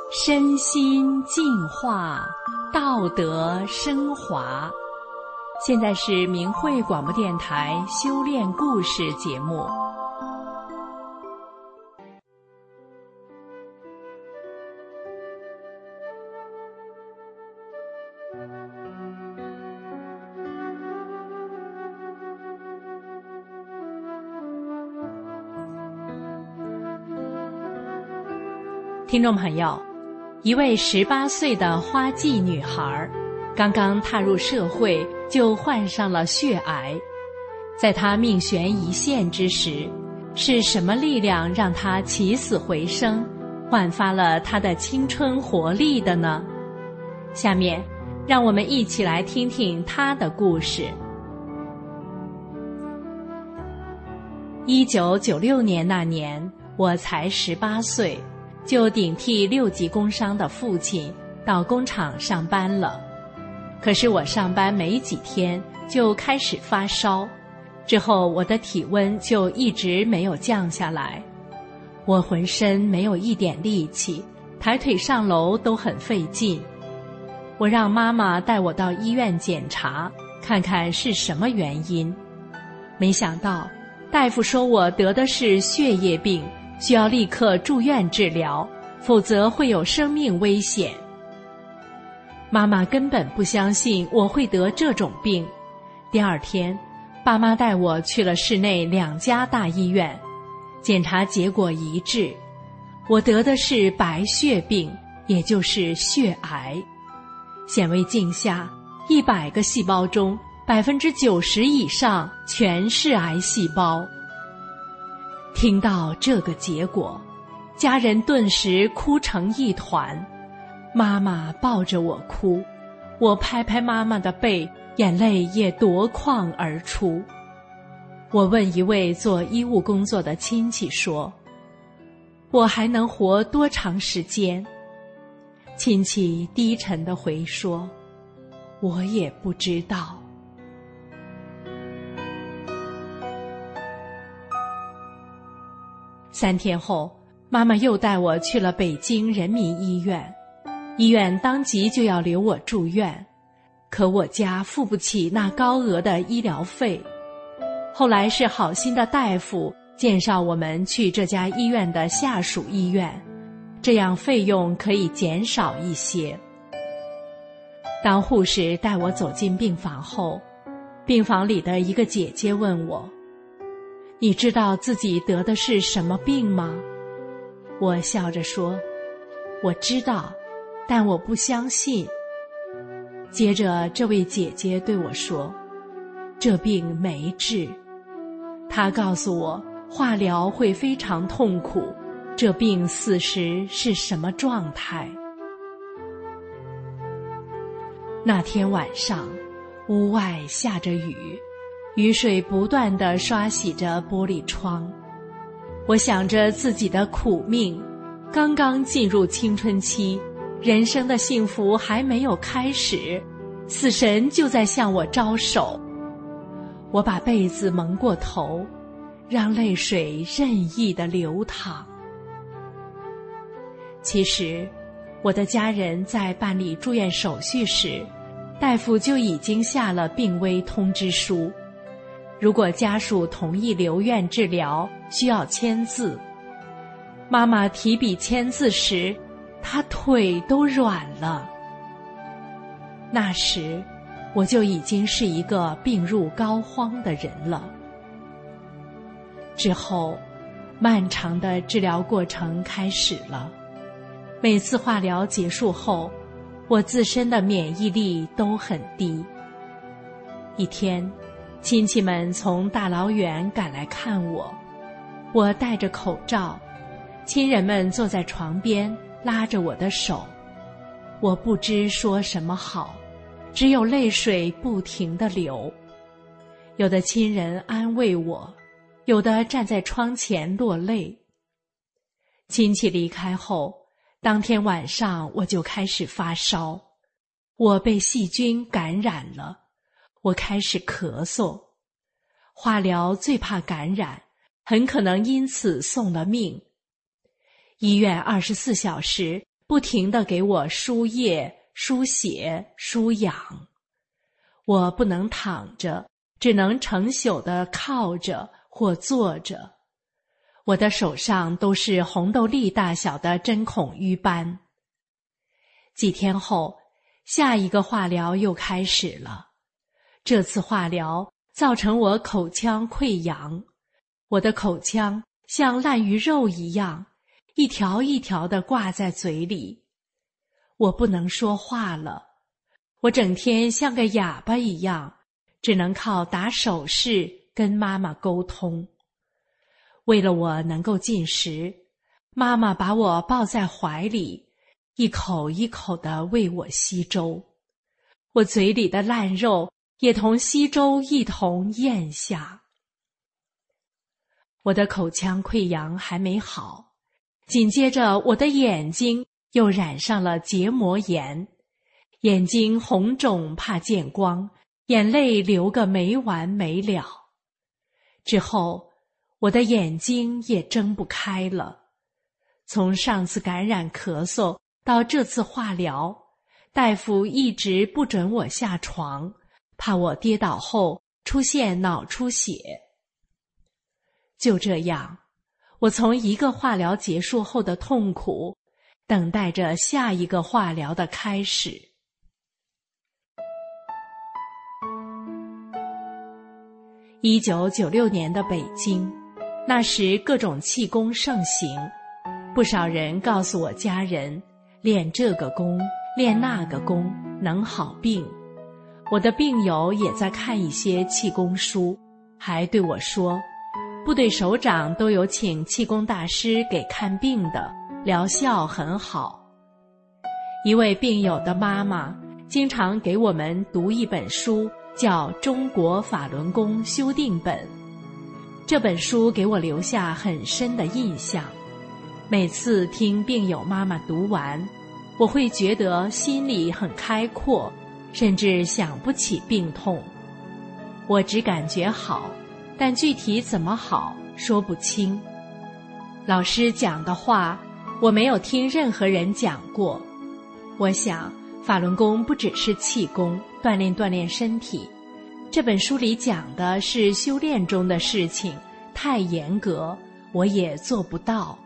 身心净化，道德升华。现在是明慧广播电台修炼故事节目。听众朋友，一位18岁的花季女孩，刚刚踏入社会就患上了血癌。在她命悬一线之时，是什么力量让她起死回生，焕发了她的青春活力的呢？下面，让我们一起来听听她的故事。1996年那年，我才18岁。就顶替6级工伤的父亲到工厂上班了。可是我上班没几天就开始发烧，之后我的体温就一直没有降下来。我浑身没有一点力气，抬腿上楼都很费劲。我让妈妈带我到医院检查，看看是什么原因。没想到大夫说我得的是血液病，需要立刻住院治疗，否则会有生命危险。妈妈根本不相信我会得这种病。第二天，爸妈带我去了市内2家大医院，检查结果一致，我得的是白血病，也就是血癌。显微镜下，100个细胞中90%以上全是癌细胞。听到这个结果，家人顿时哭成一团。妈妈抱着我哭，我拍拍妈妈的背，眼泪也夺眶而出。我问一位做医务工作的亲戚说：“我还能活多长时间？”亲戚低沉地回说：“我也不知道。” 3天后，妈妈又带我去了北京人民医院，医院当即就要留我住院，可我家付不起那高额的医疗费。后来是好心的大夫介绍我们去这家医院的下属医院，这样费用可以减少一些。当护士带我走进病房后，病房里的一个姐姐问我：“你知道自己得的是什么病吗？”我笑着说：“我知道，但我不相信。”接着这位姐姐对我说：“这病没治。”她告诉我化疗会非常痛苦，这病死时是什么状态。那天晚上，屋外下着雨，雨水不断地刷洗着玻璃窗。我想着自己的苦命，刚刚进入青春期，人生的幸福还没有开始，死神就在向我招手。我把被子蒙过头，让泪水任意地流淌。其实，我的家人在办理住院手续时，大夫就已经下了病危通知书。如果家属同意留院治疗，需要签字。妈妈提笔签字时，她腿都软了。那时，我就已经是一个病入膏肓的人了。之后，漫长的治疗过程开始了。每次化疗结束后，我自身的免疫力都很低。一天，亲戚们从大老远赶来看我，我戴着口罩，亲人们坐在床边拉着我的手，我不知说什么好，只有泪水不停地流。有的亲人安慰我，有的站在窗前落泪。亲戚离开后，当天晚上我就开始发烧，我被细菌感染了，我开始咳嗽。化疗最怕感染，很可能因此送了命。医院24小时不停地给我输液、输血、输氧。我不能躺着，只能成宿地靠着或坐着。我的手上都是红豆粒大小的针孔瘀斑。几天后，下一个化疗又开始了。这次化疗造成我口腔溃疡，我的口腔像烂鱼肉一样，一条一条地挂在嘴里。我不能说话了，我整天像个哑巴一样，只能靠打手势跟妈妈沟通。为了我能够进食，妈妈把我抱在怀里，一口一口地喂我稀粥。我嘴里的烂肉也同稀粥一同咽下。我的口腔溃疡还没好，紧接着我的眼睛又染上了结膜炎，眼睛红肿怕见光，眼泪流个没完没了。之后我的眼睛也睁不开了。从上次感染咳嗽到这次化疗，大夫一直不准我下床，怕我跌倒后出现脑出血。就这样，我从一个化疗结束后的痛苦，等待着下一个化疗的开始。1996年的北京，那时各种气功盛行，不少人告诉我家人，练这个功，练那个功，能好病。我的病友也在看一些气功书，还对我说，部队首长都有请气功大师给看病的，疗效很好。一位病友的妈妈经常给我们读一本书，叫《中国法轮功修订本》。这本书给我留下很深的印象。每次听病友妈妈读完，我会觉得心里很开阔，甚至想不起病痛。我只感觉好，但具体怎么好说不清。老师讲的话，我没有听任何人讲过。我想法轮功不只是气功，锻炼锻炼身体。这本书里讲的是修炼中的事情，太严格，我也做不到。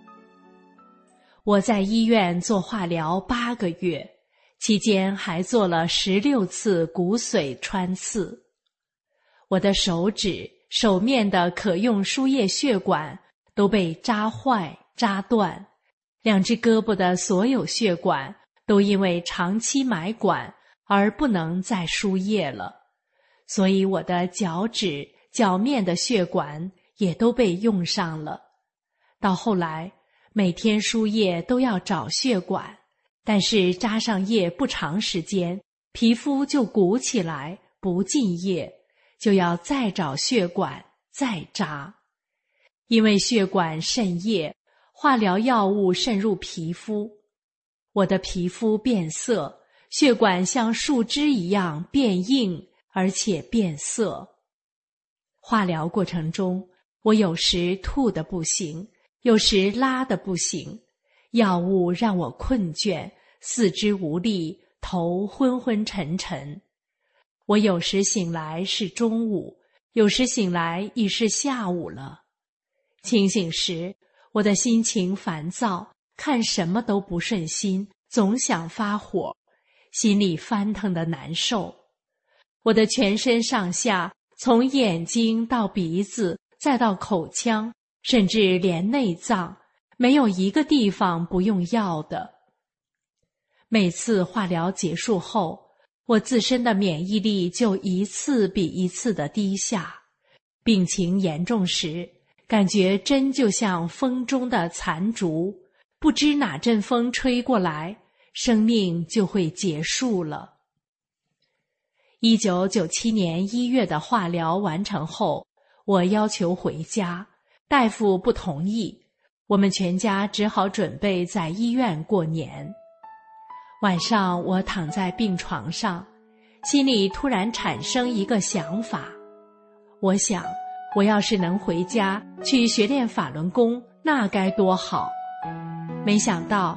我在医院做化疗8个月，期间还做了16次骨髓穿刺。我的手指、手面的可用输液血管都被扎坏、扎断，2只胳膊的所有血管都因为长期埋管而不能再输液了，所以我的脚趾、脚面的血管也都被用上了。到后来，每天输液都要找血管，但是扎上液不长时间，皮肤就鼓起来，不进液，就要再找血管，再扎。因为血管渗液，化疗药物渗入皮肤，我的皮肤变色，血管像树枝一样变硬，而且变色。化疗过程中，我有时吐得不行，有时拉得不行，药物让我困倦，四肢无力，头昏昏沉沉。我有时醒来是中午，有时醒来已是下午了。清醒时，我的心情烦躁，看什么都不顺心，总想发火，心里翻腾的难受。我的全身上下，从眼睛到鼻子，再到口腔，甚至连内脏，没有一个地方不用药的。每次化疗结束后，我自身的免疫力就一次比一次的低下，病情严重时，感觉真就像风中的残烛，不知哪阵风吹过来，生命就会结束了。1997年1月的化疗完成后，我要求回家，大夫不同意，我们全家只好准备在医院过年。晚上我躺在病床上，心里突然产生一个想法，我想，我要是能回家去学练法轮功，那该多好。没想到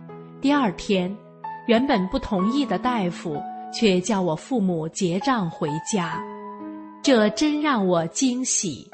第二天，原本不同意的大夫却叫我父母结账回家，这真让我惊喜。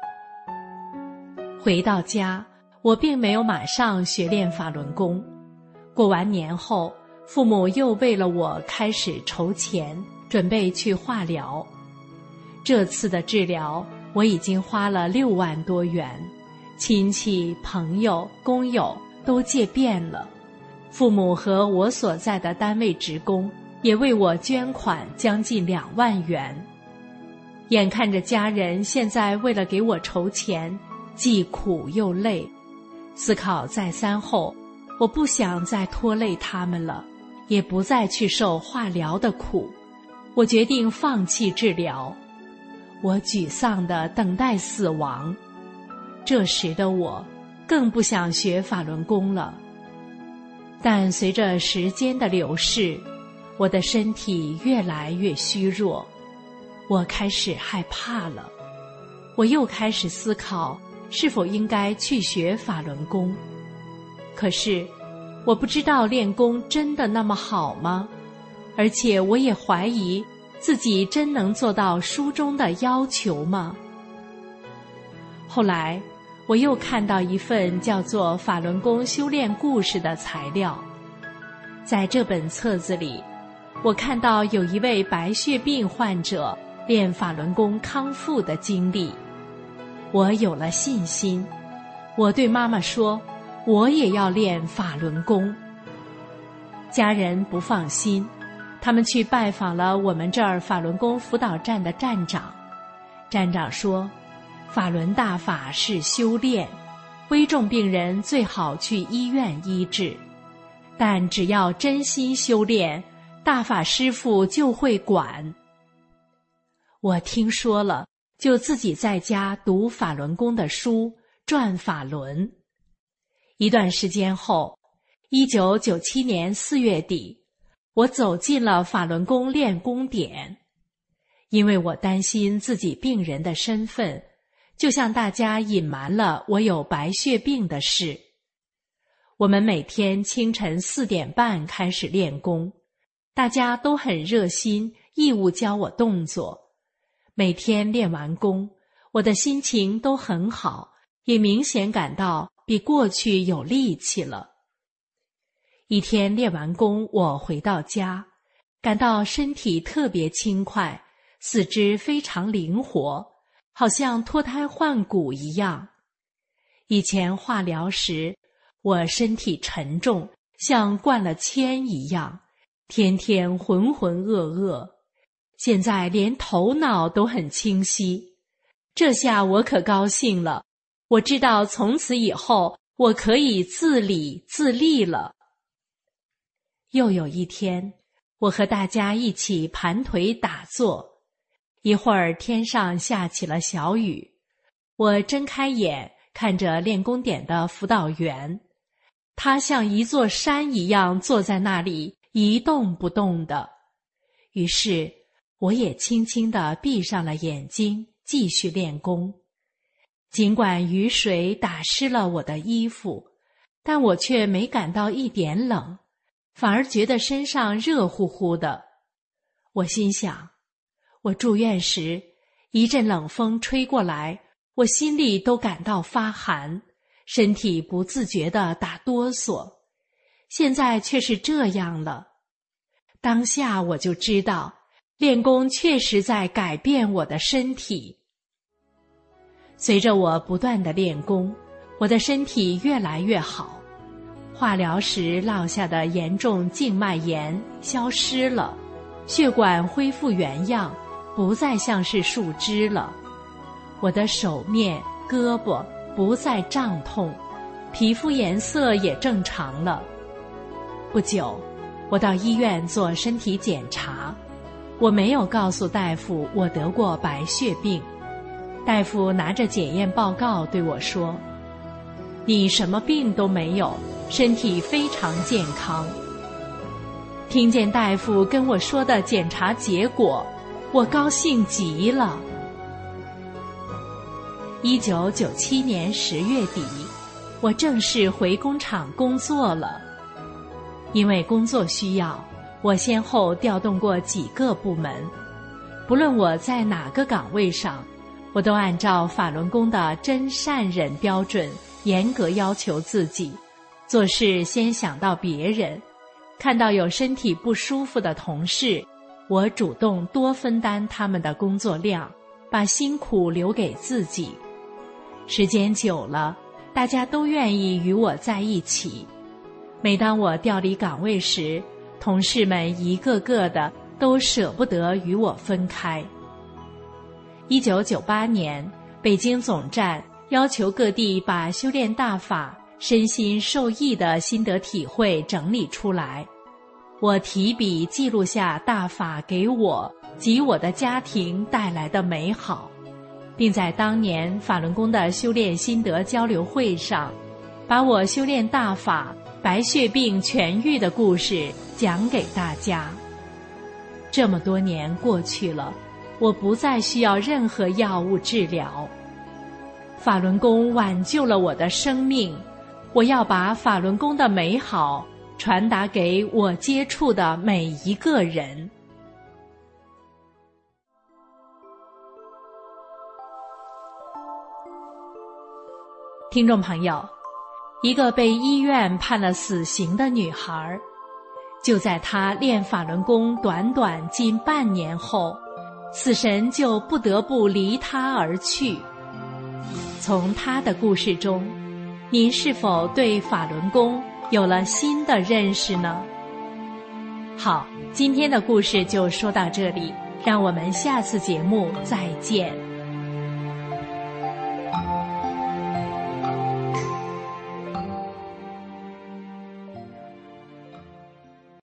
回到家，我并没有马上学练法轮功。过完年后，父母又为了我开始筹钱，准备去化疗。这次的治疗，我已经花了6万多元，亲戚、朋友、工友都借遍了。父母和我所在的单位职工也为我捐款将近2万元。眼看着家人现在为了给我筹钱，既苦又累。思考再三后，我不想再拖累他们了，也不再去受化疗的苦。我决定放弃治疗。我沮丧地等待死亡。这时的我更不想学法轮功了。但随着时间的流逝，我的身体越来越虚弱，我开始害怕了。我又开始思考是否应该去学法轮功。可是我不知道练功真的那么好吗？而且我也怀疑自己真能做到书中的要求吗？后来我又看到一份叫做《法轮功修炼故事》的材料。在这本册子里，我看到有一位白血病患者练法轮功康复的经历。我有了信心，我对妈妈说，我也要练法轮功。家人不放心，他们去拜访了我们这儿法轮功辅导站的站长。站长说，法轮大法是修炼，危重病人最好去医院医治，但只要真心修炼，大法师父就会管。我听说了，就自己在家读法轮功的书，转法轮。一段时间后，1997年4月底，我走进了法轮功练功点。因为我担心自己病人的身份，就向大家隐瞒了我有白血病的事。我们每天清晨4点半开始练功，大家都很热心，义务教我动作。每天练完功，我的心情都很好，也明显感到比过去有力气了。一天练完功，我回到家，感到身体特别轻快，四肢非常灵活，好像脱胎换骨一样。以前化疗时，我身体沉重，像灌了铅一样，天天浑浑噩噩。现在连头脑都很清晰，这下我可高兴了。我知道从此以后，我可以自理自立了。又有一天，我和大家一起盘腿打坐，一会儿天上下起了小雨，我睁开眼看着练功点的辅导员，他像一座山一样坐在那里一动不动的。于是我也轻轻地闭上了眼睛，继续练功。尽管雨水打湿了我的衣服，但我却没感到一点冷，反而觉得身上热乎乎的。我心想，我住院时，一阵冷风吹过来，我心里都感到发寒，身体不自觉地打哆嗦。现在却是这样了。当下我就知道，练功确实在改变我的身体。随着我不断的练功，我的身体越来越好。化疗时落下的严重静脉炎消失了，血管恢复原样，不再像是树枝了。我的手面、胳膊不再胀痛，皮肤颜色也正常了。不久，我到医院做身体检查，我没有告诉大夫我得过白血病。大夫拿着检验报告对我说，你什么病都没有，身体非常健康。听见大夫跟我说的检查结果，我高兴极了。1997年10月底，我正式回工厂工作了。 因为工作需要，我先后调动过几个部门，不论我在哪个岗位上，我都按照法轮功的真善忍标准严格要求自己，做事先想到别人，看到有身体不舒服的同事，我主动多分担他们的工作量，把辛苦留给自己。时间久了，大家都愿意与我在一起。每当我调离岗位时，同事们一个个的都舍不得与我分开。1998年，北京总站要求各地把修炼大法、身心受益的心得体会整理出来。我提笔记录下大法给我及我的家庭带来的美好，并在当年法轮功的修炼心得交流会上，把我修炼大法、白血病痊愈的故事讲给大家。这么多年过去了，我不再需要任何药物治疗。法轮功挽救了我的生命，我要把法轮功的美好传达给我接触的每一个人。听众朋友，一个被医院判了死刑的女孩，就在她练法轮功短短近半年后，死神就不得不离她而去。从她的故事中，您是否对法轮功有了新的认识呢？好，今天的故事就说到这里，让我们下次节目再见。